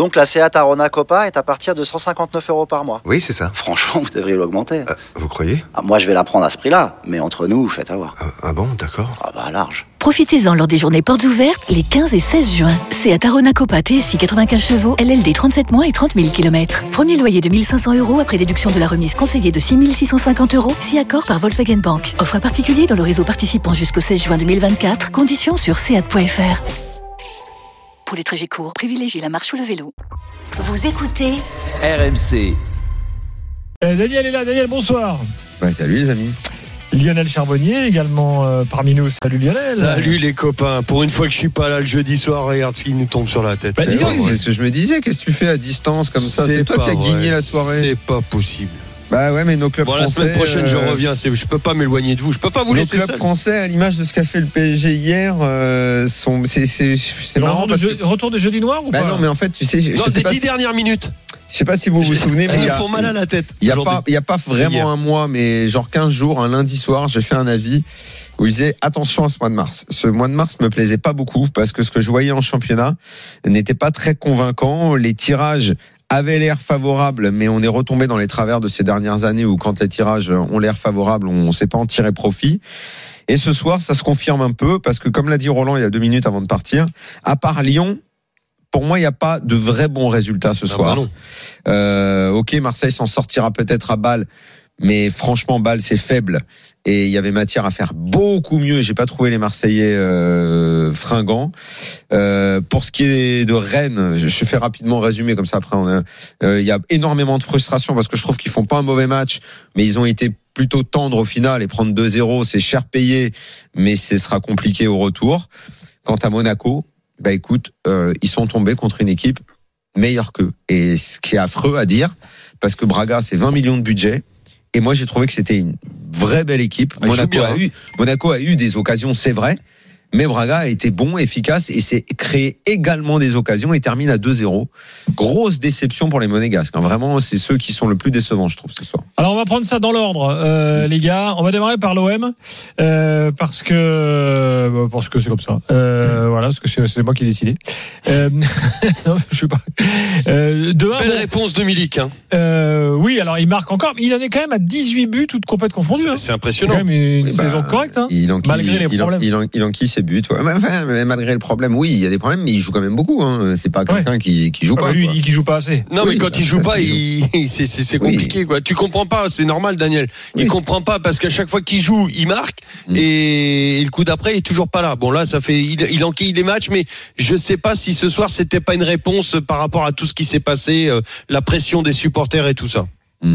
Donc la Seat Arona Copa est à partir de 159 € par mois. Oui, c'est ça. Franchement, vous devriez l'augmenter. Vous croyez ? Moi, je vais la prendre à ce prix-là, mais entre nous, faites avoir. Ah bon, d'accord. Large. Profitez-en lors des journées portes ouvertes les 15 et 16 juin. Seat Arona Copa TSI 95 chevaux, LLD 37 mois et 30 000 km. Premier loyer de 1 500 € après déduction de la remise conseillée de 6 650 €, si accord par Volkswagen Bank. Offre à particulier dans le réseau participant jusqu'au 16 juin 2024. Conditions sur seat.fr. Pour les trajets courts, privilégiez la marche ou le vélo. Vous écoutez RMC. Daniel est là. Daniel, bonsoir. Salut les amis. Lionel Charbonnier également parmi nous. Salut Lionel. Salut les copains. Pour une fois que je suis pas là le jeudi soir, regarde ce qui nous tombe sur la tête. C'est ce que je me disais. Qu'est-ce que tu fais à distance comme ça ? C'est toi qui as gagné la soirée. C'est pas possible. Bah ouais, mais nos clubs français. La semaine prochaine, je reviens. Je peux pas m'éloigner de vous. Je peux pas vous laisser seul. Nos clubs français, à l'image de ce qu'a fait le PSG hier, c'est marrant. Retour de jeudi noir ou pas ? Non, mais en fait, tu sais. Non, c'est 10 dernières minutes. Je sais pas si vous vous souvenez, mais ils font mal à la tête. Il y a pas vraiment un mois, mais genre 15 jours, un lundi soir, j'ai fait un avis où il disait attention à ce mois de mars. Ce mois de mars me plaisait pas beaucoup parce que ce que je voyais en championnat n'était pas très convaincant. Les tirages avaient l'air favorables, mais on est retombé dans les travers de ces dernières années où quand les tirages ont l'air favorables, on ne sait pas en tirer profit. Et ce soir, ça se confirme un peu parce que comme l'a dit Roland il y a 2 minutes avant de partir, à part Lyon, pour moi, il n'y a pas de vrais bons résultats ce soir. Ok, Marseille s'en sortira peut-être à Bâle, mais franchement, Bâle, c'est faible. Et il y avait matière à faire beaucoup mieux. J'ai pas trouvé les Marseillais fringants. Pour ce qui est de Rennes, je fais rapidement résumé comme ça. Après, il y a énormément de frustration parce que je trouve qu'ils font pas un mauvais match, mais ils ont été plutôt tendres au final. Et prendre 2-0, c'est cher payé, mais ce sera compliqué au retour. Quant à Monaco, écoute, ils sont tombés contre une équipe meilleure qu'eux. Et ce qui est affreux à dire, parce que Braga, c'est 20 millions de budget. Et moi, j'ai trouvé que c'était une vraie belle équipe. Monaco a eu des occasions, c'est vrai. Mais Braga a été bon, efficace et s'est créé également des occasions et termine à 2-0. Grosse déception pour les Monégasques. Vraiment, c'est ceux qui sont le plus décevants, je trouve, ce soir. Alors, on va prendre ça dans l'ordre, les gars. On va démarrer par l'OM parce que c'est comme ça. Voilà, parce que c'est moi qui ai décidé. Non, je sais pas. Belle réponse de Milik. Oui, alors il marque encore. Il en est quand même à 18 buts, toutes compètes confondues. C'est impressionnant. C'est quand même une saison correcte. Malgré les problèmes. Il enquille ses buts. Ouais. Enfin, malgré le problème, oui, il y a des problèmes, mais il joue quand même beaucoup. C'est pas quelqu'un qui joue pas. Lui, il dit qu'il joue pas assez. Non, mais quand il joue pas, c'est compliqué. Quoi. Tu comprends pas, c'est normal, Daniel. Il comprend pas parce qu'à chaque fois qu'il joue, il marque et le coup d'après, il est toujours pas là. Bon, là, ça fait, il enquille les matchs, mais je sais pas si ce soir, c'était pas une réponse par rapport à tout ce qui s'est passé, la pression des supporters et tout ça.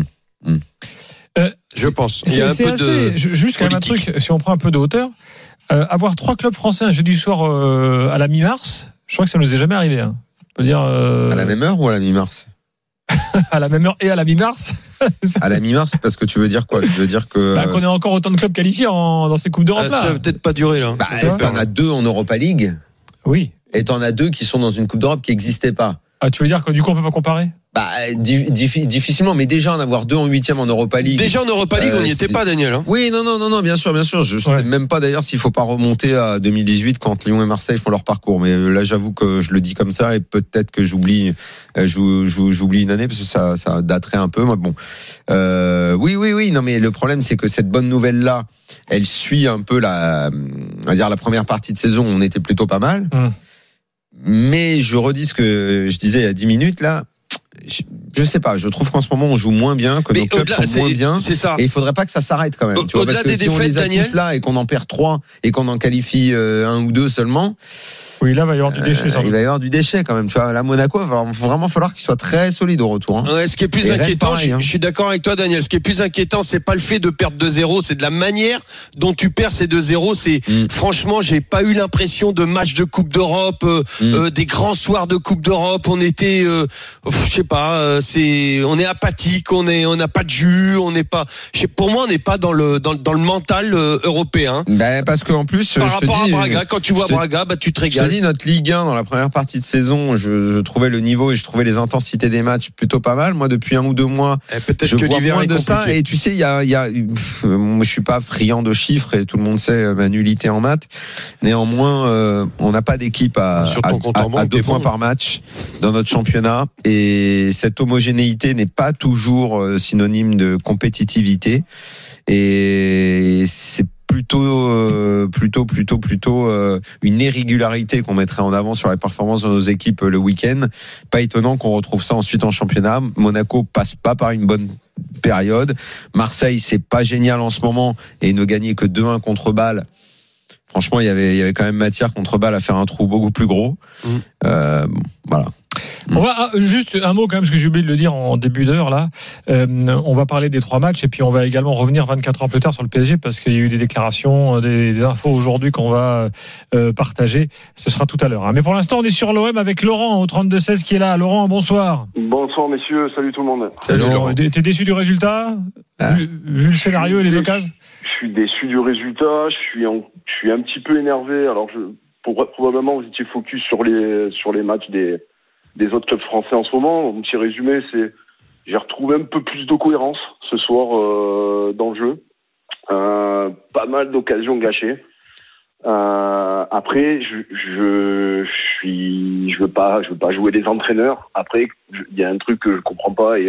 Je pense. Il y a un peu de juste quand même un truc, si on prend un peu de hauteur. Avoir 3 clubs français un jeudi soir à la mi-mars, je crois que ça nous est jamais arrivé. Je veux dire, à la même heure ou à la mi-mars? À la même heure et à la mi-mars. À la mi-mars, parce que tu veux dire quoi? Tu veux dire que qu'on ait encore autant de clubs qualifiés dans ces coupes d'Europe là. Ça va peut-être pas durer là. T'en as 2 en Europa League. Oui. Et t'en as 2 qui sont dans une coupe d'Europe qui n'existait pas. Ah, tu veux dire que du coup on peut pas comparer? Difficilement, mais déjà en avoir 2 en 8e en Europa League. Déjà en Europa League, on n'y était pas, Daniel. Oui, non, bien sûr. Je sais même pas d'ailleurs s'il faut pas remonter à 2018 quand Lyon et Marseille font leur parcours. Mais là, j'avoue que je le dis comme ça et peut-être que j'oublie une année parce que ça daterait un peu. Moi, bon, oui. Non, mais le problème, c'est que cette bonne nouvelle là, elle suit un peu la première partie de saison. On était plutôt pas mal. Mais je redis ce que je disais il y a 10 minutes là. Je sais pas, je trouve qu'en ce moment on joue moins bien, que nos clubs sont moins bien. C'est ça. Et il faudrait pas que ça s'arrête quand même. Au-delà parce que des si on défaites, les a Daniel, tous là et qu'on en perd 3 et qu'on en qualifie 1 ou 2 seulement. Oui, là, il va y avoir du déchet. Il va y avoir du déchet quand même. Tu vois, là, Monaco, il va vraiment falloir qu'il soit très solide au retour. Ouais, ce qui est plus inquiétant, je suis d'accord avec toi, Daniel. Ce qui est plus inquiétant, c'est pas le fait de perdre 2-0, c'est de la manière dont tu perds ces 2-0. Franchement, j'ai pas eu l'impression de match de Coupe d'Europe, des grands soirs de Coupe d'Europe. On était, je sais pas, on est apathique, on n'a pas de jus, on n'est pas. Pour moi, on n'est pas dans le mental européen. Ben parce qu'en plus, par rapport à Braga, quand tu vois Braga, tu te régales. Je te dis, notre Ligue 1 dans la première partie de saison, je trouvais le niveau et je trouvais les intensités des matchs plutôt pas mal. Moi, depuis 1 ou 2 mois, peut-être je que vois l'hiver moins est de compliqué. ça. Et tu sais, moi, je suis pas friand de chiffres et tout le monde sait ma nullité en maths. Néanmoins, on n'a pas d'équipe à 2 points par match dans notre championnat et cette homogénéité n'est pas toujours synonyme de compétitivité et c'est plutôt une irrégularité qu'on mettrait en avant sur la performance de nos équipes le week-end. Pas étonnant qu'on retrouve ça ensuite en championnat. Monaco passe pas par une bonne période. Marseille, c'est pas génial en ce moment et ne gagnait que 2-1 contre Bâle. Franchement, il y avait quand même matière contre Bâle à faire un trou beaucoup plus gros. Voilà. On va juste un mot quand même, parce que j'ai oublié de le dire en début d'heure là. On va parler des 3 matchs et puis on va également revenir 24 heures plus tard sur le PSG parce qu'il y a eu des déclarations, des infos aujourd'hui qu'on va partager. Ce sera tout à l'heure. Mais pour l'instant, on est sur l'OM avec Laurent au 32-16 qui est là. Laurent, bonsoir. Bonsoir messieurs, salut tout le monde. Salut Laurent. T'es déçu du résultat vu le scénario et les occasions? Je suis déçu du résultat. Je suis un petit peu énervé. Alors probablement vous étiez focus sur les matchs des autres clubs français en ce moment. Mon petit résumé, c'est j'ai retrouvé un peu plus de cohérence ce soir dans le jeu. Pas mal d'occasions gâchées. Après, je veux pas jouer les entraîneurs. Après, il y a un truc que je comprends pas et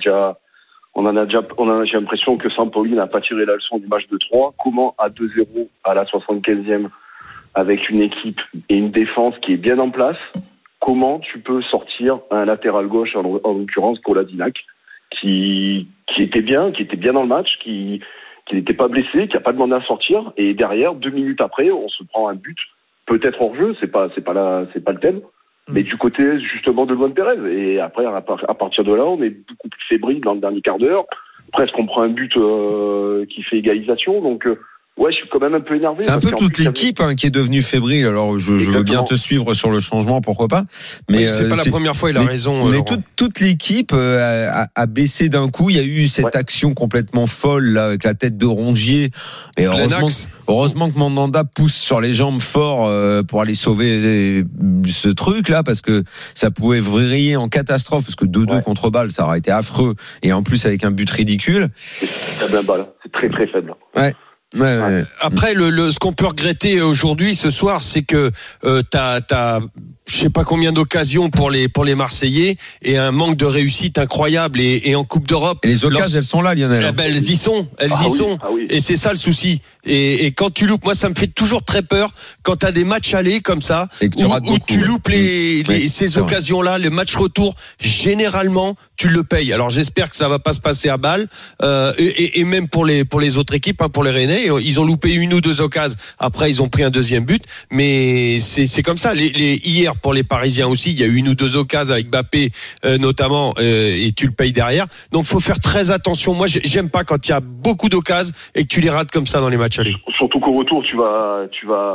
j'ai l'impression que Sampaoli n'a pas tiré la leçon du match de 3. Comment à 2-0 à la 75e avec une équipe et une défense qui est bien en place, comment tu peux sortir un latéral gauche, en l'occurrence Kolasinac, qui était bien dans le match, qui n'était pas blessé, qui n'a pas demandé à sortir, et derrière, 2 minutes après, on se prend un but, peut-être hors jeu, c'est pas le thème, mais du côté justement de Luan Pérez. Et après, à partir de là, on est beaucoup plus fébrile dans le dernier quart d'heure. Presque on prend un but qui fait égalisation, donc. Ouais, je suis quand même un peu énervé. C'est un peu toute l'équipe qui est devenue fébrile. Alors, je veux bien te suivre sur le changement, pourquoi pas. Mais c'est pas la première fois, il a raison. Mais toute l'équipe a baissé d'un coup. Il y a eu cette action complètement folle là, avec la tête de Rongier. Et heureusement que Mandanda pousse sur les jambes fort pour aller sauver ce truc là, parce que ça pouvait vriller en catastrophe. Parce que 2-2 contre Bâle, ça aurait été affreux. Et en plus avec un but ridicule. C'est bien Bâle. C'est très très faible. Ouais. Ouais. Après, ce qu'on peut regretter aujourd'hui, ce soir, c'est que t'as je sais pas combien d'occasions pour les Marseillais et un manque de réussite incroyable et en Coupe d'Europe. Et les occasions, elles sont là, Lionel. Elles y sont. Oui. Et c'est ça le souci. Et quand tu loupes, moi ça me fait toujours très peur quand t'as des matchs allés comme ça où tu loupes ces occasions-là, le match retour, généralement tu le payes. Alors j'espère que ça va pas se passer à Bâle et même pour les autres équipes, pour les Rennais, ils ont loupé 1 ou 2 occasions. Après ils ont pris un deuxième but, mais c'est comme ça. Hier pour les Parisiens aussi, il y a eu 1 ou 2 occasions avec Mbappé notamment et tu le payes derrière. Donc faut faire très attention. Moi j'aime pas quand il y a beaucoup d'occasions et que tu les rates comme ça dans les matchs allés. Surtout qu'au retour tu auras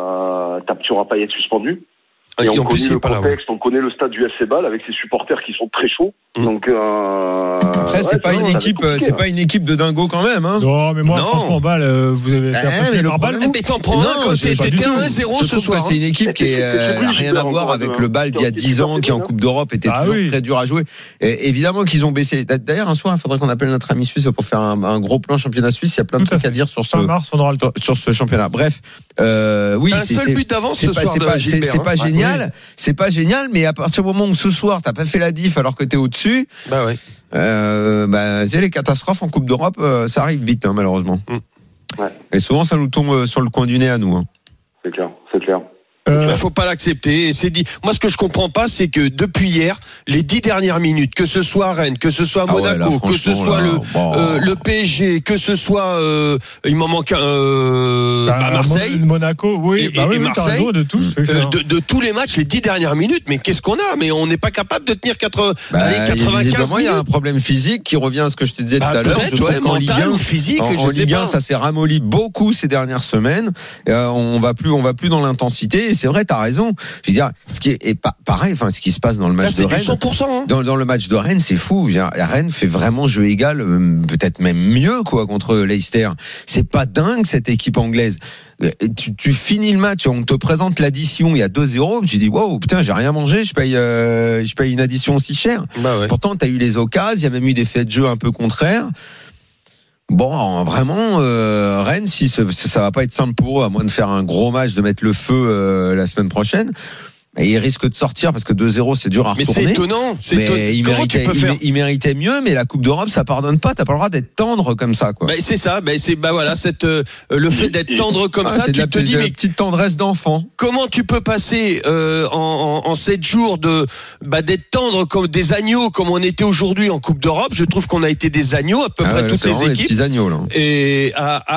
pas être suspendu. Et on connaît le contexte, on connaît le stade du FC Bâle avec ses supporters qui sont très chauds. Donc après c'est pas une équipe de dingo quand même hein. Non, mais moi franchement Bâle vous avez fait impressionner par Bâle. Mais t'en prends un quand t'es 1-0 ce soir. C'est une équipe qui a rien à voir avec le Bâle d'il y a 10 ans qui en Coupe d'Europe était toujours très dur à jouer. Et évidemment qu'ils ont baissé. D'ailleurs un soir il faudrait qu'on appelle notre ami suisse pour faire un gros plan championnat suisse, il y a plein de trucs à dire sur ce championnat. Bref, oui, c'est un seul but d'avance ce soir de Gilbert. C'est pas génial. C'est pas génial, mais à partir du moment où ce soir t'as pas fait la diff alors que t'es au-dessus, les catastrophes en Coupe d'Europe, ça arrive vite hein, malheureusement. Ouais. Et souvent ça nous tombe sur le coin du nez à nous. Hein. C'est clair. Faut pas l'accepter. Et c'est dit. Moi, ce que je comprends pas, c'est que depuis hier, les 10 dernières minutes, que ce soit Rennes, que ce soit Monaco, que ce soit le PSG, que ce soit, il m'en manque à Marseille, Monaco, et Marseille, de tous, de tous les matchs, les 10 dernières minutes. Mais qu'est-ce qu'on a? Mais on n'est pas capable de tenir 95 minutes. Il y a un problème physique qui revient à ce que je te disais tout à l'heure. Peut-être, mental ou physique. En Ligue 1, ça s'est ramolli beaucoup ces dernières semaines. On va plus dans l'intensité. c'est vrai, t'as raison. Je veux dire, ce qui est pareil, enfin, ce qui se passe dans le match de Rennes. C'est du 100%, hein. Dans le match de Rennes, c'est fou. Je veux dire, Rennes fait vraiment jeu égal, peut-être même mieux, quoi, contre Leicester. C'est pas dingue, cette équipe anglaise. Tu finis le match, on te présente l'addition, il y a 2-0, tu dis wow, putain, j'ai rien mangé, je paye une addition aussi chère. Bah ouais. Pourtant, t'as eu les occasions, il y a même eu des faits de jeu un peu contraires. Bon, vraiment, Rennes, si ça va pas être simple pour eux, à moins de faire un gros match, de mettre le feu la semaine prochaine. Et il risque de sortir parce que 2-0 c'est dur à retourner. Mais c'est étonnant. Comment tu peux faire? Il méritait mieux, mais la Coupe d'Europe ça pardonne pas. T'as pas le droit d'être tendre comme ça, quoi. C'est ça. Voilà, le fait d'être tendre comme ça, tu te dis mais petite tendresse d'enfant. Comment tu peux passer en 7 jours d'être tendre comme des agneaux comme on était aujourd'hui en Coupe d'Europe? Je trouve qu'on a été des agneaux à peu près toutes les équipes. Les petits agneaux là. Et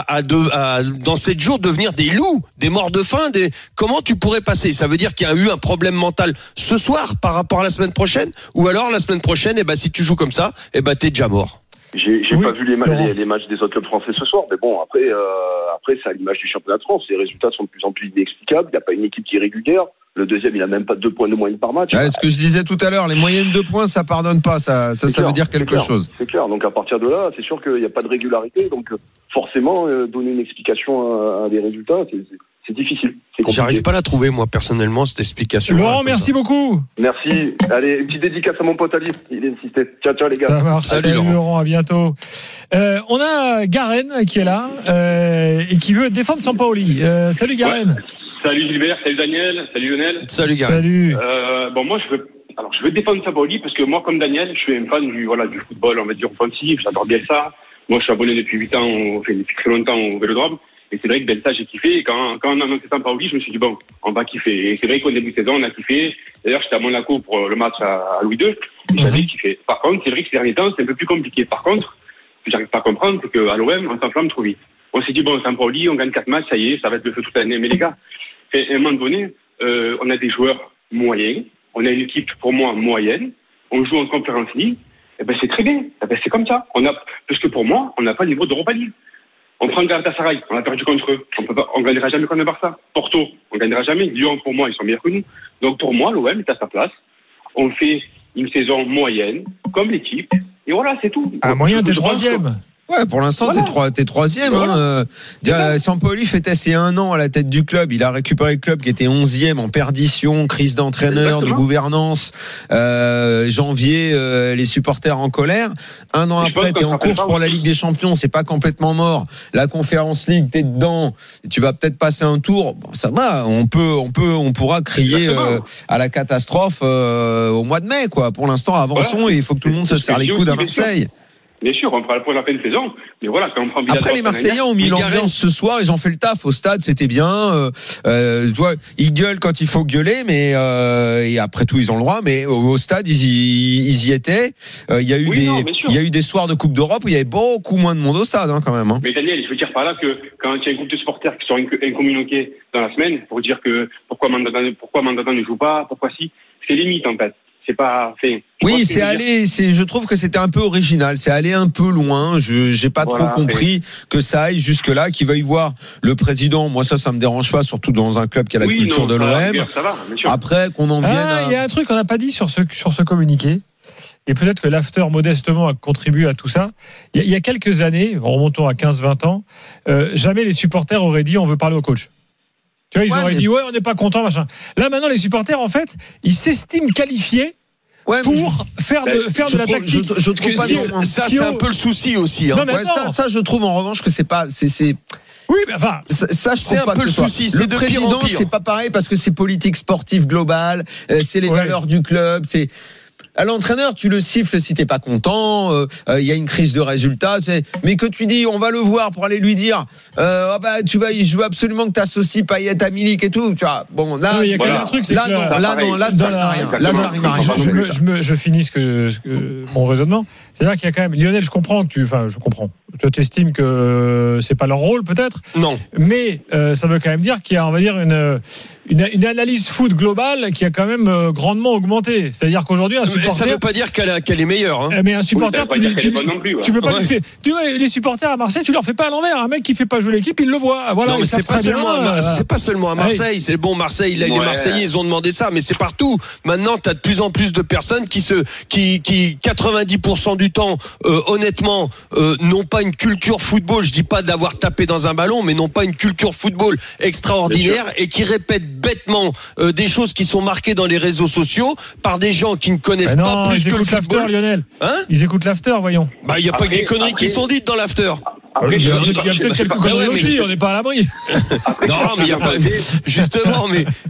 dans 7 jours devenir des loups, des morts de faim. Comment tu pourrais passer? Ça veut dire qu'il y a eu un problème mental ce soir par rapport à la semaine prochaine, ou alors la semaine prochaine, si tu joues comme ça, t'es déjà mort. J'ai pas vu les matchs des autres clubs français ce soir, mais bon, après c'est à l'image du championnat de France. Les résultats sont de plus en plus inexplicables. Il n'y a pas une équipe qui est régulière. Le deuxième, il a même pas 2 points de moyenne par match. Ce que je disais tout à l'heure, les moyennes de points, ça pardonne pas. Ça veut dire quelque chose. C'est clair. Donc à partir de là, c'est sûr qu'il n'y a pas de régularité. Donc forcément, donner une explication à des résultats, c'est difficile. J'arrive pas à la trouver, moi, personnellement, cette explication. Laurent, merci beaucoup. Merci. Allez, une petite dédicace à mon pote Ali. Il est insisté. Ciao, les gars. Ça marche. Salut Laurent, à bientôt. On a Garen qui est là et qui veut défendre Sampaoli. Salut Garen. Ouais. Salut Gilbert, salut Daniel, salut Lionel. Salut Garen. Salut. Moi, je veux défendre Sampaoli parce que moi, comme Daniel, je suis un fan du football, on va dire, offensif. J'adore Bielsa. Moi, je suis abonné depuis 8 ans, depuis très longtemps au Vélodrome. Et c'est vrai que Bielsa, j'ai kiffé. Et quand on a annoncé Sampaoli, je me suis dit, bon, on va kiffer. Et c'est vrai qu'au début de saison, on a kiffé. D'ailleurs, j'étais à Monaco pour le match à Louis II. Et j'avais kiffé. Par contre, c'est vrai que ces derniers temps, c'est un peu plus compliqué. Par contre, ce que j'arrive pas à comprendre, c'est qu'à l'OM, on s'enflamme trop vite. On s'est dit, bon, Sampaoli, on gagne 4 matchs, ça y est, ça va être le feu toute l'année. Mais les gars, à un moment donné, on a des joueurs moyens. On a une équipe, pour moi, moyenne. On joue en Conference League. C'est très bien. C'est comme ça. Parce que pour moi, on n'a pas le niveau d'Europa League. On prend Galatasaray, on a perdu contre eux. On gagnera jamais contre le Barça. Porto, on gagnera jamais. Lyon, pour moi, ils sont meilleurs que nous. Donc pour moi, l'OM est à sa place. On fait une saison moyenne, comme l'équipe. Et voilà, c'est tout. Moyen, t'es 3e. Ouais, pour l'instant, t'es 3e. Voilà. Sampaoli fêtait ses 1 an à la tête du club. Il a récupéré le club qui était 11e en perdition, crise d'entraîneur, de gouvernance. Janvier, les supporters en colère. 1 an après, t'es en course pour la Ligue des Champions. C'est pas complètement mort. La Conference League, t'es dedans. Tu vas peut-être passer un tour. Bon, ça va. On pourra crier à la catastrophe au mois de mai, quoi. Pour l'instant, avançons et il faut que tout le monde se serre les coudes à Marseille. Bien sûr, on fera le point à la fin de saison. Mais voilà, quand on prend après, les Marseillais ont mis l'ambiance ce soir. Ils ont fait le taf au stade, c'était bien. Tu vois, ils gueulent quand il faut gueuler, mais et après tout, ils ont le droit. Mais au stade, ils y étaient. Il y a eu des soirs de Coupe d'Europe où il y avait beaucoup moins de monde au stade, quand même. Mais Daniel, je veux dire par là que quand il y a un groupe de supporters qui sont incommuniqués dans la semaine pour dire que pourquoi Mandanda ne joue pas, pourquoi si, c'est limite en fait. C'est pas fait. Oui, je trouve que c'était un peu original. C'est allé un peu loin. J'ai pas trop compris que ça aille jusque là, qu'il veuille voir le président. Moi, ça me dérange pas, surtout dans un club qui a la culture de l'OM. Ça va, bien sûr. Après, qu'on en vienne il y a un truc qu'on n'a pas dit sur ce communiqué. Et peut-être que l'after, modestement, a contribué à tout ça. Il y a quelques années, remontons à 15-20 ans, jamais les supporters auraient dit on veut parler au coach. Tu vois, ils auraient dit on n'est pas content, machin. Là, maintenant, les supporters, en fait, ils s'estiment qualifiés pour faire de la tactique. Je trouve pas ça, c'est un peu le souci aussi. Non, mais ça, je trouve en revanche que c'est pas. Oui, mais enfin, ça je trouve c'est pas un peu le souci. Le président, c'est pas pareil parce que c'est politique sportive globale, c'est les valeurs du club, c'est. À l'entraîneur, tu le siffles si t'es pas content. Il y a une crise de résultats. Mais que tu dis, on va le voir pour aller lui dire, je veux absolument que t'associes Payet à Milik et tout. Tu vois, bon là, il y a un truc, c'est là ça n'a rien. Là, ça n'arrive à rien. Je finis mon raisonnement. C'est-à-dire qu'il y a quand même Lionel. Je comprends. toi t'estimes que c'est pas leur rôle peut-être. Non. Mais ça veut quand même dire qu'il y a, on va dire, une analyse foot globale qui a quand même grandement augmenté. C'est-à-dire qu'aujourd'hui, un supporter. Ça veut pas dire qu'elle est meilleure. Hein. Mais un supporter, tu peux pas Ouais. lui faire. Tu vois, les supporters à Marseille, tu leur fais pas à l'envers. Un mec qui fait pas jouer l'équipe, il le voit. Voilà. Non, mais c'est pas seulement à Marseille. C'est bon, Marseille, là, les Marseillais, ils ont demandé ça, mais c'est partout. Maintenant, t'as de plus en plus de personnes qui 90% du temps, honnêtement, n'ont pas une culture football. Je dis pas d'avoir tapé dans un ballon, mais n'ont pas une culture football extraordinaire et qui répètent bêtement des choses qui sont marquées dans les réseaux sociaux par des gens qui ne connaissent pas plus que le football. Lionel. Hein? Ils écoutent l'after, voyons. Bah, il y a pas que des conneries qui sont dites dans l'after. Il y a peut-être quelques conneries aussi, on n'est pas à l'abri. Non, mais il y a pas justement,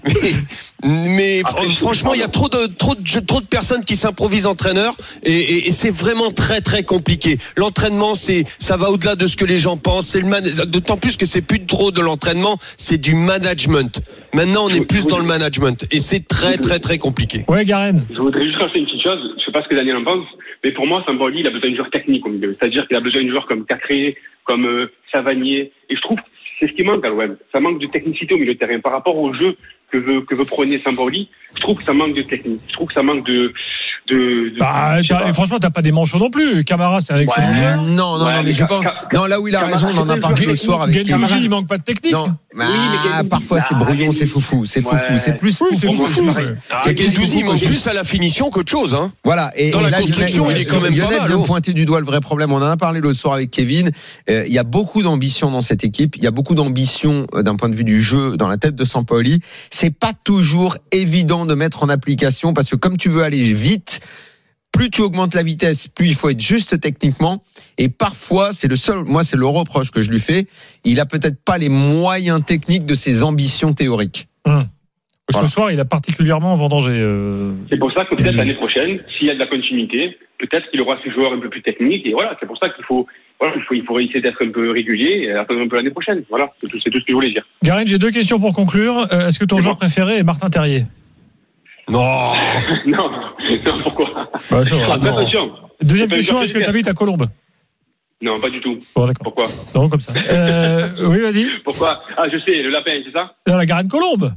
mais franchement, il y a trop de personnes qui s'improvisent entraîneurs et c'est vraiment très très compliqué. L'entraînement, ça va au-delà de ce que les gens pensent. D'autant plus que c'est plus trop de l'entraînement, c'est du management. Maintenant, on est plus dans le management et c'est très très très compliqué. Ouais, Garen. Je voudrais juste rajouter une petite chose. Je sais pas ce que Daniel en pense, mais pour moi, Sampaoli, il a besoin de joueurs techniques au milieu. C'est-à-dire qu'il a besoin de joueurs comme Cacré, comme Savanier. Et je trouve que c'est ce qui manque à l'OM. Ça manque de technicité au milieu de terrain. Par rapport au jeu que veut prôner Sampaoli, je trouve que ça manque de technique. Je trouve que ça manque de franchement, t'as pas des manchots non plus. Camara, c'est un excellent joueur. Non, mais je pense. Non, là où il a raison, on en a parlé le soir avec Kevin. Il manque pas de technique. Non, parfois c'est brouillon, c'est foufou. C'est foufou. C'est plus foufou. Gendouzi, il manque plus à la finition qu'autre chose. Hein. Voilà. Et dans la construction, il est quand même pas mal. Lionel vient pointer du doigt le vrai problème. On en a parlé l'autre soir avec Kevin. Il y a beaucoup d'ambition dans cette équipe. Il y a beaucoup d'ambition d'un point de vue du jeu dans la tête de Sampaoli. C'est pas toujours évident de mettre en application parce que comme tu veux aller vite, plus tu augmentes la vitesse, plus il faut être juste techniquement. Et parfois, c'est le reproche que je lui fais. Il a peut-être pas les moyens techniques de ses ambitions théoriques. Ce soir, il a particulièrement vendangé. C'est pour ça que peut-être l'année prochaine, s'il y a de la continuité, peut-être qu'il aura ses joueurs un peu plus techniques. Et voilà, c'est pour ça qu'il faut essayer d'être un peu régulier et attendre un peu l'année prochaine. Voilà, c'est tout ce que je voulais dire. Garen, j'ai deux questions pour conclure. Est-ce que ton joueur préféré est Martin Terrier? Non, pourquoi? Attention. Deuxième question, est-ce que tu habites à Colombes? Non, pas du tout. Bon, d'accord. Pourquoi? Non, comme ça. Oui, vas-y. Pourquoi? Ah, je sais, le lapin, c'est ça? Non, la Garenne Colombe.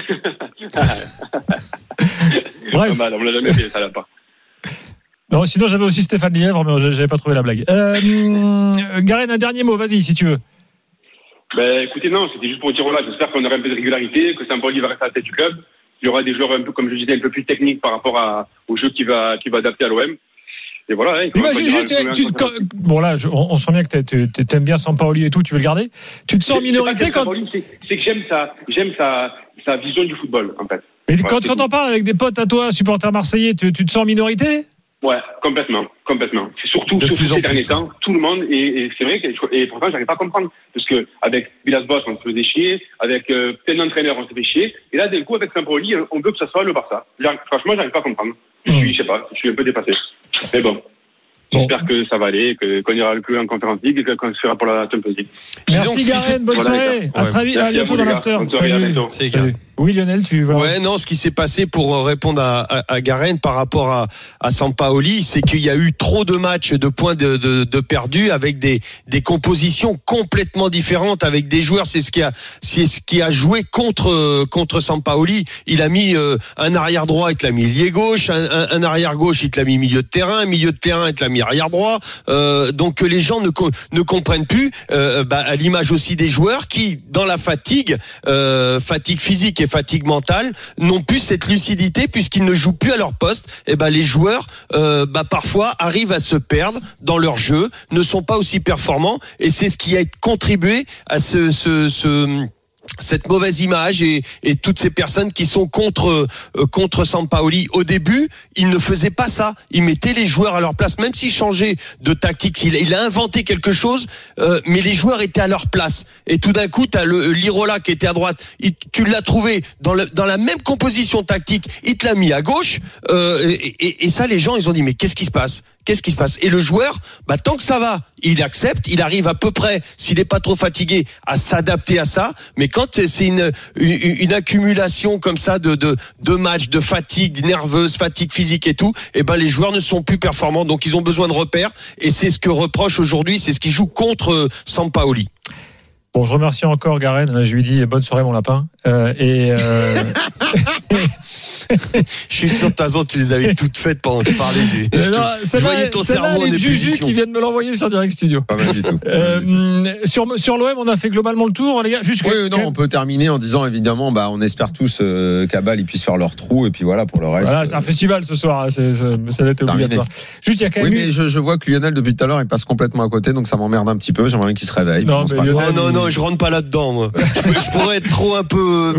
Bref. Mal, on l'a jamais fait, ça lapin. Non, sinon j'avais aussi Stéphane Lièvre, mais j'avais pas trouvé la blague. Garen, un dernier mot, vas-y, si tu veux. Écoutez, non, c'était juste pour dire, voilà, j'espère qu'on aura un peu de régularité, que Sampaoli va rester à la tête du club. Il y aura des joueurs un peu, comme je disais, un peu plus techniques par rapport au jeu qui va adapter à l'OM. Et voilà. Bon là, on sent bien que t'aimes bien Sampaoli et tout, tu veux le garder. Tu te sens en minorité quand. C'est que j'aime sa vision du football, en fait. Mais quand on parle avec des potes à toi, supporters marseillais, tu te sens en minorité? Ouais, complètement. C'est surtout ces derniers temps, tout le monde, et c'est vrai et pourtant j'arrive pas à comprendre, parce que avec Villas-Boas on se faisait chier, avec plein d'entraîneurs on se fait chier, et là d'un coup avec Sampaoli on veut que ça soit le Barça. Franchement j'arrive pas à comprendre. Je suis un peu dépassé. Mais bon. J'espère que ça va aller, qu'on ira le plus en Conférence League et qu'on se fera pour la Champions League. Merci Garen, bonne soirée. À très vite, à bientôt dans l'after. Salut. Oui Lionel, tu vas. Ouais, non, ce qui s'est passé pour répondre à Garen par rapport à Sampaoli, c'est qu'il y a eu trop de matchs de points de perdus avec des compositions complètement différentes avec des joueurs. C'est ce qui a joué contre Sampaoli. Il a mis un arrière droit, il te l'a mis ailier gauche, un arrière gauche, il te l'a mis milieu de terrain, il te l'a mis arrière droit. Donc les gens ne comprennent plus. À l'image aussi des joueurs qui, dans la fatigue physique et fatigue mentale, n'ont plus cette lucidité puisqu'ils ne jouent plus à leur poste. Et les joueurs parfois arrivent à se perdre dans leur jeu, ne sont pas aussi performants, et c'est ce qui a contribué à cette mauvaise image et toutes ces personnes qui sont contre Sampaoli. Au début, il ne faisait pas ça. Il mettait les joueurs à leur place, même s'il changeait de tactique. Il a inventé quelque chose, mais les joueurs étaient à leur place. Et tout d'un coup, t'as l'Irola qui était à droite. Tu l'as trouvé dans la même composition tactique. Il te l'a mis à gauche. Et ça, les gens, ils ont dit, mais qu'est-ce qui se passe? Et le joueur, tant que ça va, il accepte, il arrive à peu près, s'il n'est pas trop fatigué, à s'adapter à ça. Mais quand quand c'est une accumulation comme ça de matchs, de fatigue nerveuse, fatigue physique et tout, et ben les joueurs ne sont plus performants, donc ils ont besoin de repères, et c'est ce que reproche aujourd'hui, c'est ce qui joue contre Sampaoli. Bon, je remercie encore Garen. Je lui dis bonne soirée mon lapin. Je suis sûr de toute façon tu les avais toutes faites pendant que je parlais. Je voyais ton cerveau en ébullition. Qui viennent me l'envoyer sur Direct Studio. Pas mal du tout. Sur l'OM, on a fait globalement le tour, les gars. On peut terminer en disant évidemment, on espère tous qu'à Bâle ils puissent faire leur trou et puis voilà pour le reste. Voilà, c'est un festival ce soir. Ça va être obligatoire. Juste, il y a quand même. Oui, mais je vois que Lionel depuis tout à l'heure il passe complètement à côté, donc ça m'emmerde un petit peu. J'aimerais bien qu'il se réveille. Non, je rentre pas là-dedans. Moi. je pourrais être trop un peu.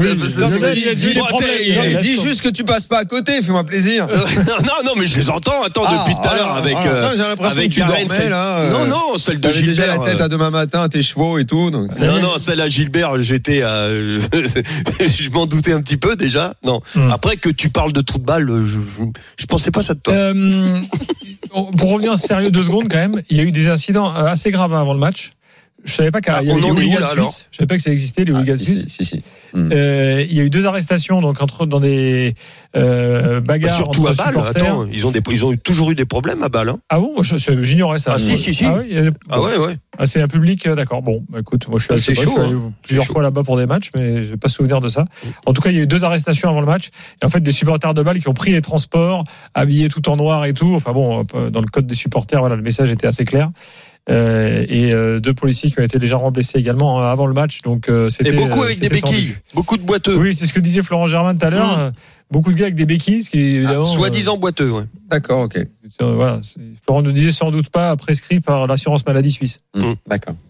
Il dit juste que tu passes pas à côté, fais-moi plaisir. non, mais je les entends. Attends, depuis tout à l'heure avec. J'ai l'impression que tu dormais là. Non, celle de Gilbert. Déjà la tête à demain matin, tes chevaux et tout. Donc. Non, celle à Gilbert, j'étais. Je m'en doutais un petit peu déjà. Non. Après que tu parles de trou de balle, je pensais pas ça de toi. Pour revenir sérieux 2 secondes quand même, il y a eu des incidents assez graves avant le match. Je savais pas qu'il y avait des hooligans suisses. Je savais pas que ça existait, les hooligans suisses. Si. Il y a eu 2 arrestations donc dans des bagarres surtout entre à Bâle. Attends, ils ont toujours eu des problèmes à Bâle. Hein. Ah bon, j'ignorais ça. Ah si. Ah ouais. Ah, c'est un public, d'accord. Bon, écoute, moi je suis assez chaud. Je suis allé plusieurs fois là-bas pour des matchs, mais j'ai pas souvenir de ça. En tout cas, il y a eu 2 arrestations avant le match. Et en fait, des supporters de Bâle qui ont pris les transports, habillés tout en noir et tout. Enfin bon, dans le code des supporters, voilà, le message était assez clair. Et 2 policiers qui ont été légèrement blessés également avant le match. Donc c'était. Et beaucoup avec des béquilles, beaucoup de boiteux. Oui, c'est ce que disait Florent Germain tout à l'heure. Beaucoup de gars avec des béquilles, ce qui évidemment. Soi-disant boiteux, ouais. D'accord, ok. Voilà. Florent nous disait sans doute pas prescrit par l'assurance maladie suisse. D'accord.